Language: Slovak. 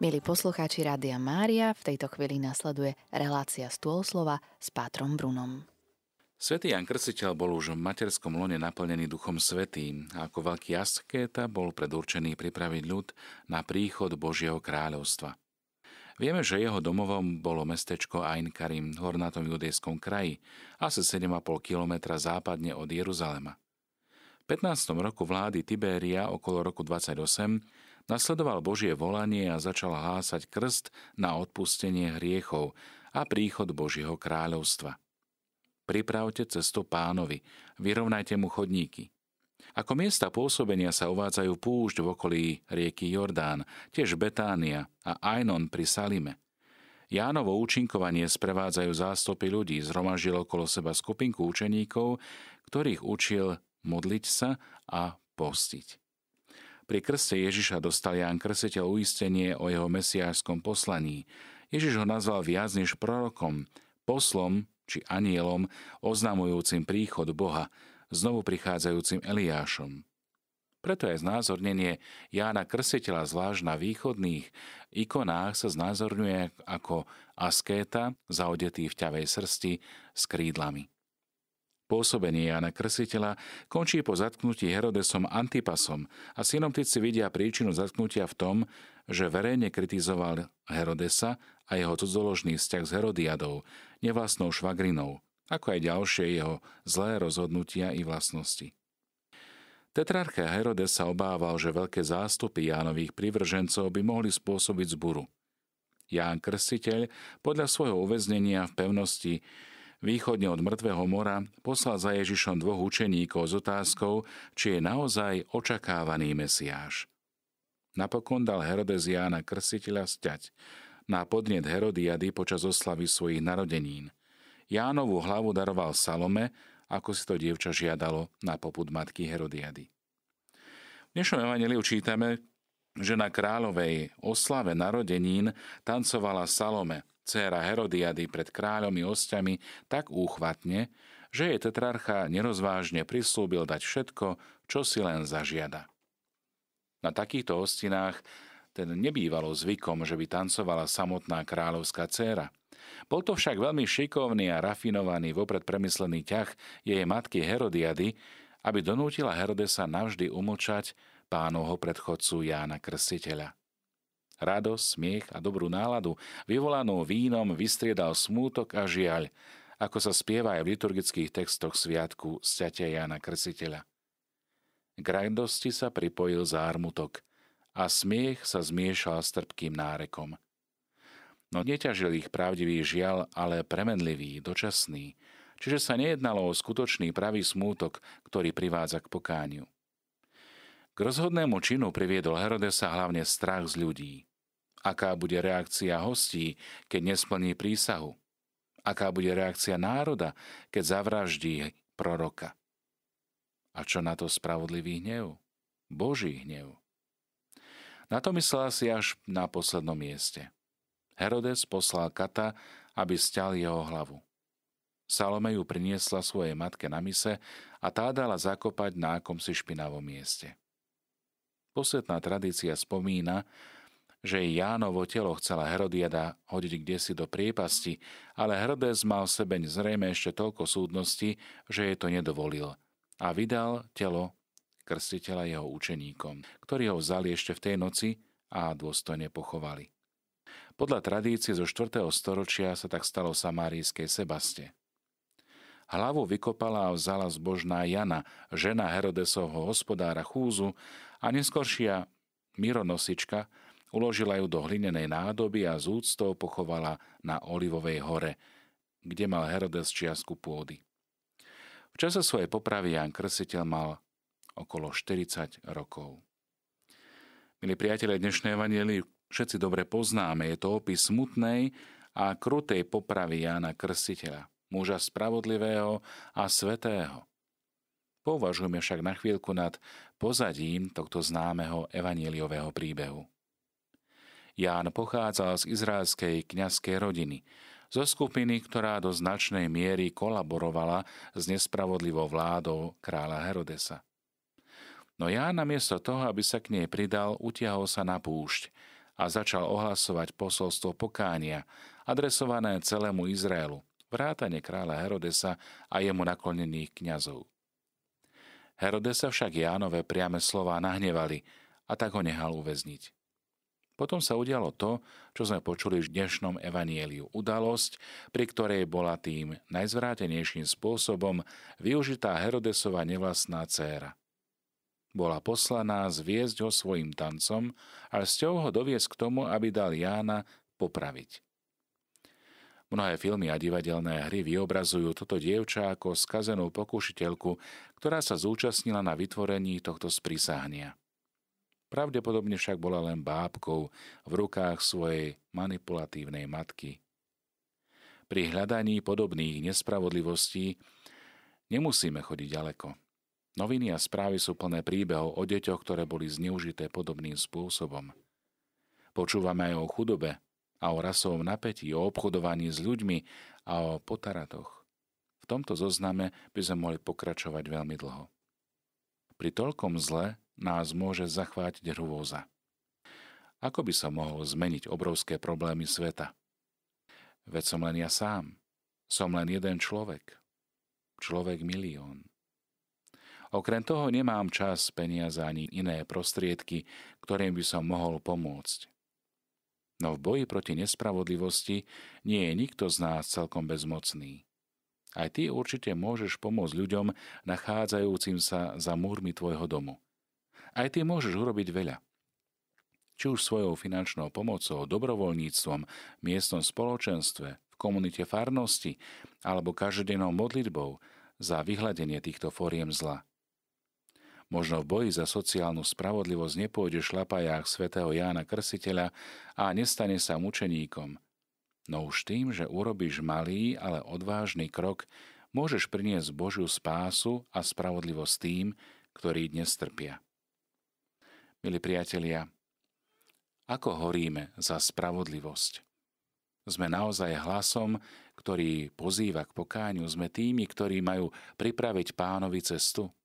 Milí poslucháči Rádia Mária, v tejto chvíli nasleduje relácia Stôl slova s pátrom Brunom. Svätý Ján Krstiteľ bol už v materskom lone naplnený Duchom Svätým a ako veľký askéta bol predurčený pripraviť ľud na príchod Božieho kráľovstva. Vieme, že jeho domovom bolo mestečko Ain Karim v hornatom judejskom kraji, asi 7,5 kilometra západne od Jeruzalema. V 15. roku vlády Tibéria okolo roku 28 nasledoval Božie volanie a začal hlásať krst na odpustenie hriechov a príchod Božieho kráľovstva. Pripravte cestu Pánovi, vyrovnajte mu chodníky. Ako miesta pôsobenia sa uvádzajú púšť v okolí rieky Jordán, tiež Betánia a Ainon pri Salime. Jánovo účinkovanie sprevádzajú zástupy ľudí, zhromaždil okolo seba skupinku učeníkov, ktorých učil modliť sa a postiť. Pri krste Ježiša dostal Ján Krstiteľ uistenie o jeho mesiášskom poslaní. Ježiš ho nazval viac než prorokom, poslom či anielom oznamujúcim príchod Boha, znovu prichádzajúcim Eliášom. Preto aj znázornenie Jána Krstiteľa zvlášť na východných ikonách sa znázorňuje ako askéta zaodetý v ťavej srsti s krídlami. Pôsobenie Jána Krstiteľa končí po zatknutí Herodesom Antipasom a synoptici vidia príčinu zatknutia v tom, že verejne kritizoval Herodesa a jeho cudzoložný vzťah s Herodiadou, nevlastnou švagrinou, ako aj ďalšie jeho zlé rozhodnutia i vlastnosti. Tetrarcha Herodes sa obával, že veľké zástupy Jánových privržencov by mohli spôsobiť zburu. Ján Krstiteľ podľa svojho uväznenia v pevnosti východne od Mŕtvého mora poslal za Ježišom 2 učeníkov s otázkou, či je naozaj očakávaný Mesiáš. Napokon dal Herodes Jána Krstiteľa sťať na podnet Herodiady počas oslavy svojich narodenín. Jánovu hlavu daroval Salome, ako si to dievča žiadalo na popud matky Herodiady. V dnešnom evanjeliu čítame, že na kráľovej oslave narodenín tancovala Salome, dcéra Herodiady, pred kráľom i hostiami tak úchvatne, že jej tetrarcha nerozvážne prislúbil dať všetko, čo si len zažiada. Na takýchto hostinách teda nebývalo zvykom, že by tancovala samotná kráľovská dcéra. Bol to však veľmi šikovný a rafinovaný, vopred premyslený ťah jej matky Herodiady, aby donútila Herodesa navždy umlčať Pánovho predchodcu Jána Krstiteľa. Radosť, smiech a dobrú náladu vyvolanú vínom vystriedal smútok a žiaľ, ako sa spieva aj v liturgických textoch sviatku sťatia Jána Krstiteľa. K radosti sa pripojil zármutok a smiech sa zmiešal s trpkým nárekom. No neťažil ich pravdivý žiaľ, ale premenlivý, dočasný, čiže sa nejednalo o skutočný pravý smútok, ktorý privádza k pokániu. K rozhodnému činu priviedol Herodesa hlavne strach z ľudí. Aká bude reakcia hostí, keď nesplní prísahu? Aká bude reakcia národa, keď zavraždí proroka? A čo na to spravodlivý hnev? Boží hnev. Na to myslel si až na poslednom mieste. Herodes poslal kata, aby sťal jeho hlavu. Salome ju priniesla svojej matke na mise a tá dala zakopať na akomsi špinavom mieste. Posvetná tradícia spomína, že Jánovo telo chcela Herodiada hodiť kdesi do priepasti, ale Herodes mal v sebe zrejme ešte toľko súdnosti, že jej to nedovolil a vydal telo Krstiteľa jeho učeníkom, ktorí ho vzali ešte v tej noci a dôstojne pochovali. Podľa tradície zo 4. storočia sa tak stalo v samárijskej Sebaste. Hlavu vykopala a vzala zbožná Jana, žena Herodesovho hospodára Chúzu, a neskoršia mironosička uložila ju do hlinenej nádoby a z úctou pochovala na Olivovej hore, kde mal Herodes čiastku pôdy. V čase svojej popravy Ján Krstiteľ mal okolo 40 rokov. Milí priatelia, dnešné evanjelium všetci dobre poznáme. Je to opis smutnej a krutej popravy Jána Krstiteľa, muža spravodlivého a svätého. Pouvažujme však na chvíľku nad pozadím tohto známeho evanjeliového príbehu. Ján pochádzal z izraelskej kňazskej rodiny, zo skupiny, ktorá do značnej miery kolaborovala s nespravodlivou vládou kráľa Herodesa. No Ján namiesto toho, aby sa k nej pridal, utiahol sa na púšť a začal ohlasovať posolstvo pokánia, adresované celému Izraelu, vrátane kráľa Herodesa a jemu naklonených kňazov. Herodesa však Jánove priame slová nahnevali a tak ho nehal uväzniť. Potom sa udialo to, čo sme počuli v dnešnom evanjeliu. Udalosť, pri ktorej bola tým najzvrátenejším spôsobom využitá Herodesova nevlastná dcéra. Bola poslaná zviesť ho svojim tancom a s ťou ho doviesť k tomu, aby dal Jána popraviť. Mnohé filmy a divadelné hry vyobrazujú toto dievča ako skazenú pokušiteľku, ktorá sa zúčastnila na vytvorení tohto sprísahania. Pravdepodobne však bola len bábkou v rukách svojej manipulatívnej matky. Pri hľadaní podobných nespravodlivostí nemusíme chodiť ďaleko. Noviny a správy sú plné príbehov o deťoch, ktoré boli zneužité podobným spôsobom. Počúvame aj o chudobe a o rasovom napätí, o obchodovaní s ľuďmi a o potaratoch. V tomto zozname by sme mohli pokračovať veľmi dlho. Pri toľkom zle nás môže zachvátiť hrôza. Ako by som mohol zmeniť obrovské problémy sveta? Veď som len ja sám. Som len jeden človek. Človek milión. Okrem toho nemám čas, peniaze ani iné prostriedky, ktorým by som mohol pomôcť. No v boji proti nespravodlivosti nie je nikto z nás celkom bezmocný. Aj ty určite môžeš pomôcť ľuďom nachádzajúcim sa za múrmi tvojho domu. Aj ty môžeš urobiť veľa. Či už svojou finančnou pomocou, dobrovoľníctvom, v miestnom spoločenstve, v komunite farnosti alebo každodennou modlitbou za vyhladenie týchto fóriem zla. Možno v boji za sociálnu spravodlivosť nepôjde v šlapajách svätého Jána Krstiteľa a nestane sa mučeníkom. No už tým, že urobíš malý, ale odvážny krok, môžeš priniesť Božiu spásu a spravodlivosť tým, ktorí dnes trpia. Milí priatelia, ako horíme za spravodlivosť? Sme naozaj hlasom, ktorý pozýva k pokániu? Sme tými, ktorí majú pripraviť Pánovi cestu?